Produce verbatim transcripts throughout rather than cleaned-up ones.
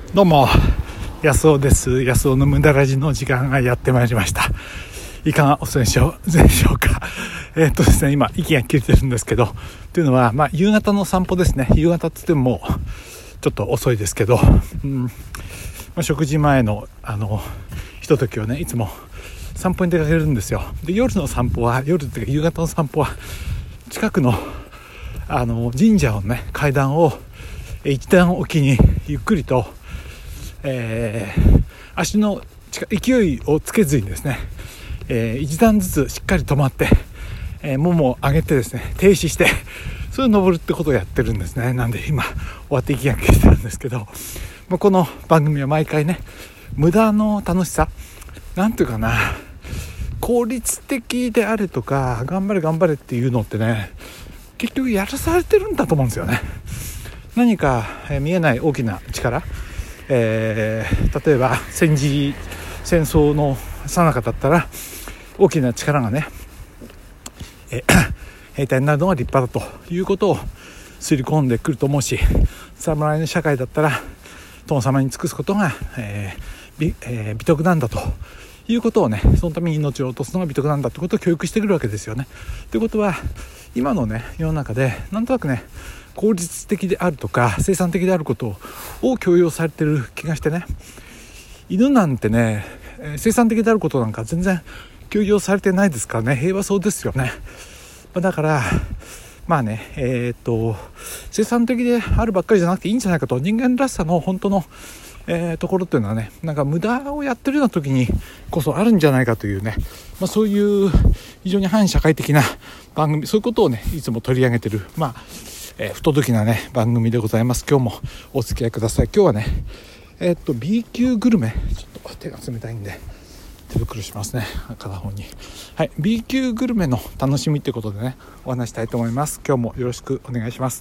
どうも安尾です。安尾の無駄ラジの時間がやってまいりました。いかがお過ごしでしょうか。えーっとですね今息が切れてるんですけど、というのはまあ夕方の散歩ですね。夕方って言ってもちょっと遅いですけど、うんまあ、食事前のあのひとときをねいつも散歩に出かけるんですよ。で夜の散歩は夜っていうか夕方の散歩は近くのあの神社をね階段を一段おきにゆっくりとえー、足の勢いをつけずにですね、えー、一段ずつしっかり止まって、えー、ももを上げてですね停止してそれを登るってことをやってるんですね。なんで今終わって息が切れてるんですけど、まあ、この番組は毎回ね無駄の楽しさなんていうかな、効率的であれとか頑張れ頑張れっていうのってね結局やらされてるんだと思うんですよね。何か、えー、見えない大きな力、えー、例えば戦時戦争の最中だったら大きな力がね、えー、兵隊になるのが立派だということを刷り込んでくると思うし、侍の社会だったら殿様に尽くすことが、えー美えー、美徳なんだということをね、そのために命を落とすのが美徳なんだということを教育してくるわけですよね。ということは今のね世の中でなんとなくね効率的であるとか生産的であることを強要されてる気がしてね、犬なんてね生産的であることなんか全然強要されてないですからね、平和そうですよね。だからまあねえー、っと生産的であるばっかりじゃなくていいんじゃないかと、人間らしさの本当の、えー、ところっていうのはねなんか無駄をやってるような時にこそあるんじゃないかというね、まあ、そういう非常に反社会的な番組、そういうことをねいつも取り上げてるまあえー、不届きなね番組でございます。今日もお付き合いください。今日はねえー、っと B 級グルメ、ちょっと手が冷たいんで手袋しますね片方に。はい、 B 級グルメの楽しみってことでねお話したいと思います。今日もよろしくお願いします。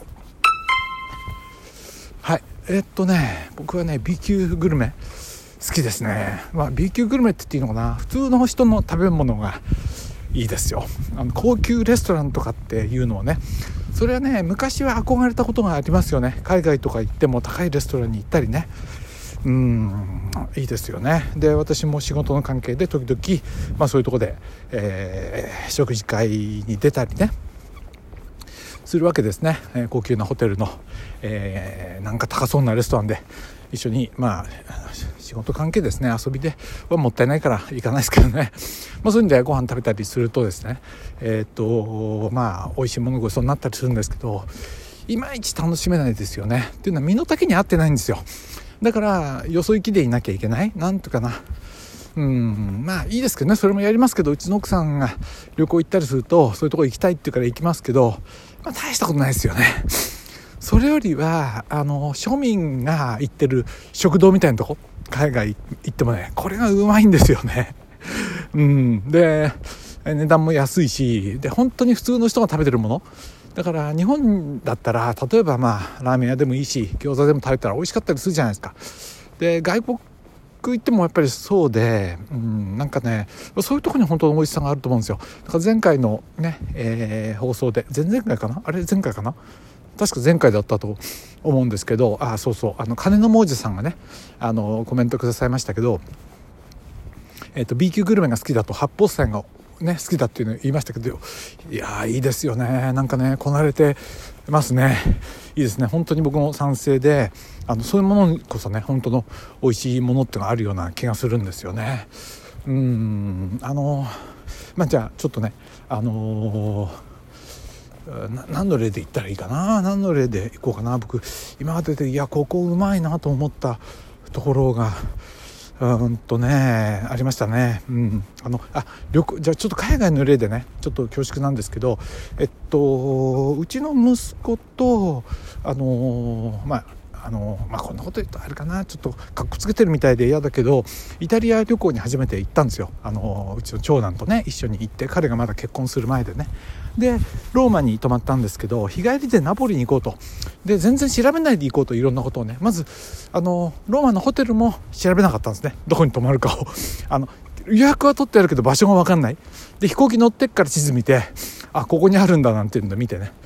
はいえー、っとね僕はね B 級グルメ好きですね。まあ B 級グルメって言っていいのかな、普通の人の食べ物がいいですよ。あの高級レストランとかっていうのをね、それはね昔は憧れたことがありますよね。海外とか行っても高いレストランに行ったりね、うーんいいですよね。で私も仕事の関係で時々、まあ、そういうとこで、えー、食事会に出たりねするわけですね。えー、高級なホテルの、えー、なんか高そうなレストランで一緒にまあ仕事関係ですね、遊びではもったいないから行かないですけどね、まあ、そういう意味でご飯食べたりするとですねえー、っとまあ美味しいものごちそうになったりするんですけど、いまいち楽しめないですよね。っていうのは身の丈に合ってないんですよ。だからよそ行きでいなきゃいけない、なんとかな、うんまあいいですけどね、それもやりますけど、うちの奥さんが旅行行ったりするとそういうとこ行きたいって言うから行きますけど、まあ、大したことないですよね。それよりはあの庶民が行ってる食堂みたいなとこ海外行ってもねこれがうまいんですよね。うんで値段も安いし、で本当に普通の人が食べてるものだから、日本だったら例えばまあラーメン屋でもいいし餃子でも食べたら美味しかったりするじゃないですか。で外国行ってもやっぱりそうで、うん、なんかねそういうところに本当の美味しさがあると思うんですよ。だから前回のね、えー、放送で前々回かなあれ前回かな確か前回だったと思うんですけど、あそうそうあの金の亡者さんがねあのコメントくださいましたけど、えー、と B 級グルメが好きだと八宝菜がね好きだっていうのを言いましたけど、いやいいですよね。なんかねこなれてますね。いいですね。本当に僕も賛成で、あのそういうものこそね本当の美味しいものってのがあるような気がするんですよね。うーんあのまあじゃあちょっとねあのー何の例で言ったらいいかな、何の例でいこうかな。僕今まででいやここうまいなと思ったところがうんとねありましたね。うんあのあ旅行じゃあちょっと海外の例でねちょっと恐縮なんですけど、えっとうちの息子とあのまああのまあこんなこと言うとあれかな、ちょっとかっこつけてるみたいで嫌だけどイタリア旅行に初めて行ったんですよ。あのうちの長男とね一緒に行って、彼がまだ結婚する前でね、でローマに泊まったんですけど、日帰りでナポリに行こうと、で全然調べないで行こうと、いろんなことをねまずあのローマのホテルも調べなかったんですね、どこに泊まるかをあの予約は取ってあるけど場所が分かんないで、飛行機乗ってっから地図見てあここにあるんだなんていうので見てね、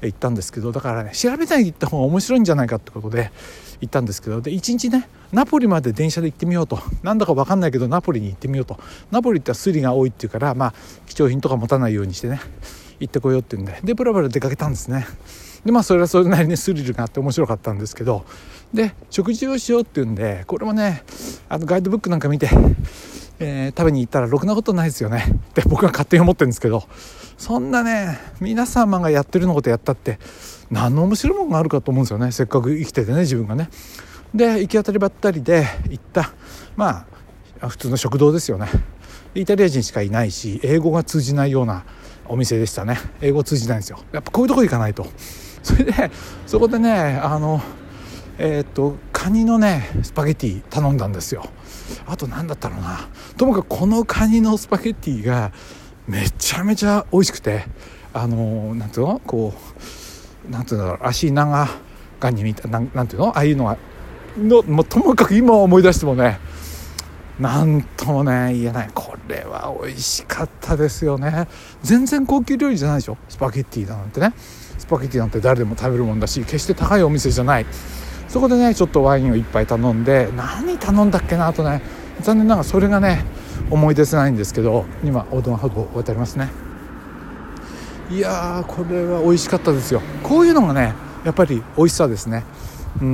行ったんですけど、だからね調べないで行った方が面白いんじゃないかってことで行ったんですけど、でいちにちねナポリまで電車で行ってみようと、なんだか分かんないけどナポリに行ってみようと。ナポリってスリが多いっていうから、まあ貴重品とか持たないようにしてね行ってこようっていうんで、でブラブラ出かけたんですね。でまあそれはそれなりにスリルがあって面白かったんですけど、で食事をしようっていうんで、これもねあのガイドブックなんか見て、えー、食べに行ったらろくなことないですよねって僕は勝手に思ってるんですけど、そんなね皆様がやってるのことやったって何の面白いものがあるかと思うんですよね。せっかく生きててね自分がね。で行き当たりばったりで行ったまあ普通の食堂ですよね。イタリア人しかいないし英語が通じないようなお店でしたね。英語通じないんですよ。やっぱこういうとこ行かないと。それでそこでねあのえー、っとカニのねスパゲティ頼んだんですよ。あと何だったろうな、ともかくこのカニのスパゲティがめちゃめちゃ美味しくて、あのなんていうのこうなんていうんだろう、足長ガニみたいな、なんていうのああいうのがのもうともかく今思い出してもねなんともね言えない。これは美味しかったですよね。全然高級料理じゃないでしょスパゲティだなんてね。スパゲティなんて誰でも食べるもんだし、決して高いお店じゃない。そこでねちょっとワインを一杯頼んで、何頼んだっけなとね、残念ながらそれがね思い出せないんですけど、今横断歩道を渡りますね。いやーこれは美味しかったですよ。こういうのがねやっぱり美味しさですね。うん、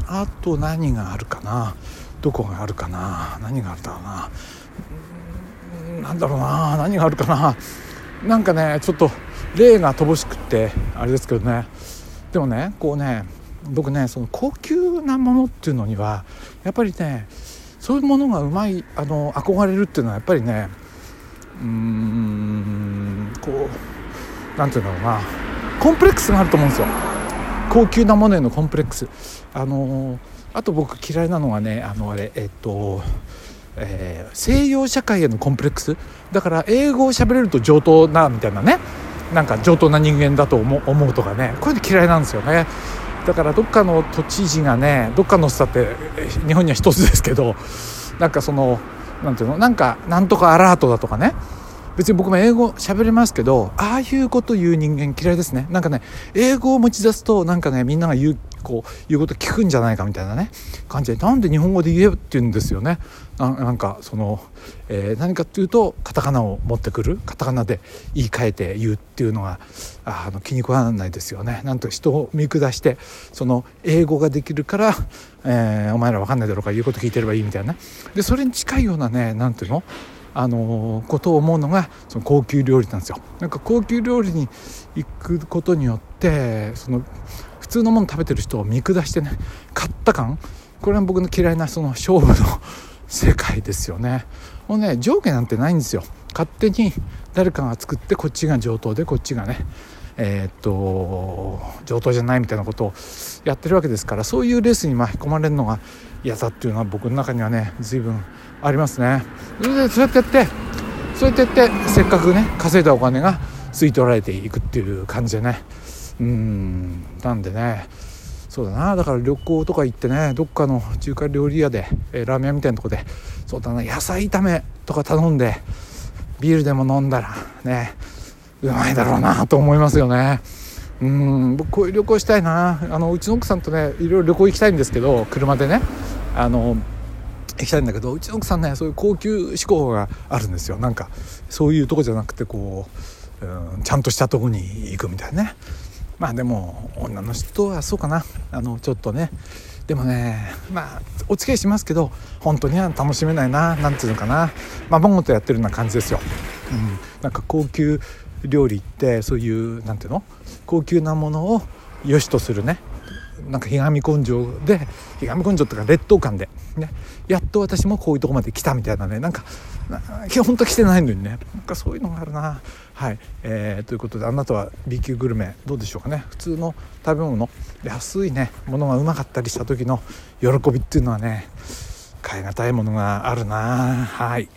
あと何があるかな、どこがあるかな、何があるだろうな、うんなんだろうな、何があるかな、なんかねちょっと例が乏しくってあれですけどね。でもねこうね僕ねその高級なものっていうのにはやっぱりねそういうものがうまいあの憧れるっていうのはやっぱりねうーんこうなんていうんだろうな、コンプレックスがあると思うんですよ。高級なものへのコンプレックス。あのあと僕嫌いなのはねあのあれえっと、えー、西洋社会へのコンプレックスだから、英語を喋れると上等なみたいなね、なんか上等な人間だと思う、思うとかね、こういうの嫌いなんですよね。だからどっかの都知事がね、どっかのスタって日本には一つですけど、なんかそのなんていうの、なんかなんとかアラートだとかね、別に僕も英語喋れますけど、ああいうこと言う人間嫌いですね。なんかね英語を持ち出すとなんかねみんなが言うこう言うこと聞くんじゃないかみたいなね感じで、なんで日本語で言えって言うんですよね。な, なんかその、えー、何かっていうとカタカナを持ってくる、カタカナで言い換えて言うっていうのがあの気に食わないですよね。なんと人を見下してその英語ができるから、えー、お前ら分かんないだろうから言うこと聞いてればいいみたいな、でそれに近いようなねなんていうのあのことを思うのがその高級料理なんですよ。なんか高級料理に行くことによってその普通のもの食べてる人を見下してね買った感、これは僕の嫌いなその勝負の世界ですよね。もうね上下なんてないんですよ。勝手に誰かが作ってこっちが上等でこっちがねえー、っと上等じゃないみたいなことをやってるわけですから、そういうレースに巻き込まれるのが嫌だっていうのは僕の中にはね随分ありますね。それでそうやってやってそうやってやってせっかくね稼いだお金が吸い取られていくっていう感じでね、うーんなんでねそうだな、だから旅行とか行ってねどっかの中華料理屋で、えー、ラーメン屋みたいなとこでそうだな野菜炒めとか頼んでビールでも飲んだらねうまいだろうなと思いますよね。うーん僕こういう旅行したいな。あのうちの奥さんとねいろいろ旅行行きたいんですけど、車でねあの行きたいんだけど、うちの奥さんねそういう高級志向があるんですよ。なんかそういうとこじゃなくてこう、うん、ちゃんとしたとこに行くみたいなね。まあでも女の人はそうかな、あのちょっとねでもねまあお付き合いしますけど本当には楽しめないな、なんていうのかな、ままごとやってるような感じですよ。うん、なんか高級料理ってそういうなんていうの高級なものを良しとするね、なんかひがみ根性でひがみ根性とか劣等感でね、やっと私もこういうとこまで来たみたいなね、なんか基本と来てないのにね、なんかそういうのがあるな。はい、えー、ということであなたは B 級グルメどうでしょうかね。普通の食べ物安いねものがうまかったりした時の喜びっていうのはね買い難いものがあるな。はい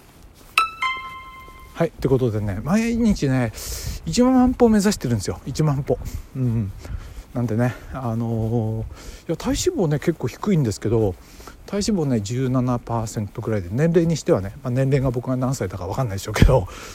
はい、ということでね毎日ねいちまん歩目指してるんですよ。いちまん歩、うん、なんでねあのー、いや体脂肪ね結構低いんですけど、体脂肪ね じゅうななパーセント くらいで年齢にしてはね、まあ、年齢が僕が何歳だか分かんないでしょうけど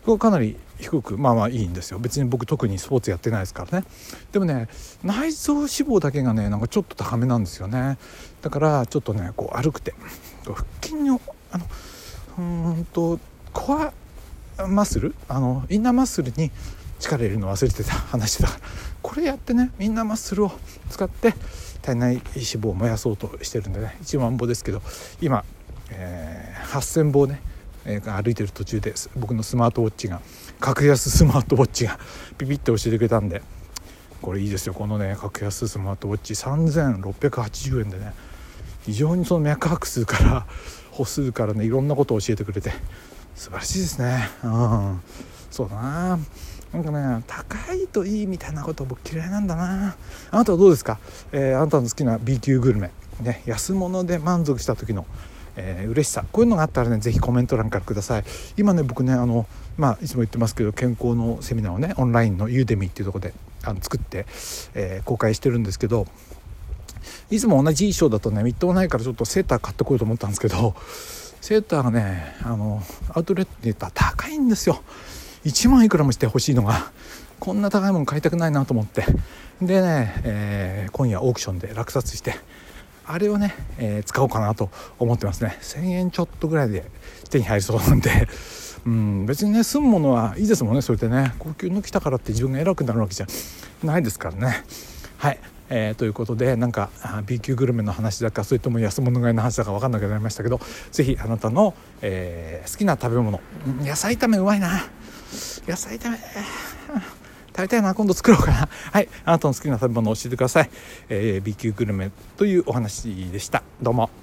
これかなり低くまあまあいいんですよ。別に僕特にスポーツやってないですからね。でもね内臓脂肪だけがねなんかちょっと高めなんですよね。だからちょっとねこう歩くて腹筋のあのうーんとコアマッスルあのインナーマッスルに力入れるの忘れてた話してたからこれやってねインナーマッスルを使って体内脂肪を燃やそうとしてるんでねいちまん歩ですけど今、えー、はっせん歩をね、えー、歩いてる途中です。僕のスマートウォッチが格安スマートウォッチがピピッと教えてくれたんでこれいいですよ。このね格安スマートウォッチさんぜんろっぴゃくはちじゅうえんでね非常にその脈拍数から歩数からねいろんなことを教えてくれて素晴らしいですね。うんそうだななんかね高いといいみたいなこと僕嫌いなんだな。あなたはどうですか、えー、あなたの好きな B 級グルメ、ね、安物で満足した時の、えー、嬉しさこういうのがあったらねぜひコメント欄からください。今ね僕ねあの、まあ、いつも言ってますけど健康のセミナーをねオンラインのユーデミっていうところであの作って、えー、公開してるんですけどいつも同じ衣装だとねみっともないからちょっとセーター買ってこようと思ったんですけどセーターがねあのアウトレットで言ったら高いんですよ。いちまんいくらもして欲しいのがこんな高いもの買いたくないなと思ってでね、えー、今夜オークションで落札してあれをね、えー、使おうかなと思ってますね。せんえんちょっとぐらいで手に入りそうなんでうん別にね住むものはいいですもんね。それでね高級の来たからって自分が偉くなるわけじゃないですからね。はい、えー、ということでなんか B 級グルメの話だかそれとも安物買いの話だか分かんなくなりましたけどぜひあなたの、えー、好きな食べ物野菜炒めうまいな野菜炒め食べたいな今度作ろうかな。はいあなたの好きな食べ物を教えてください、えー、B 級グルメというお話でした。どうも。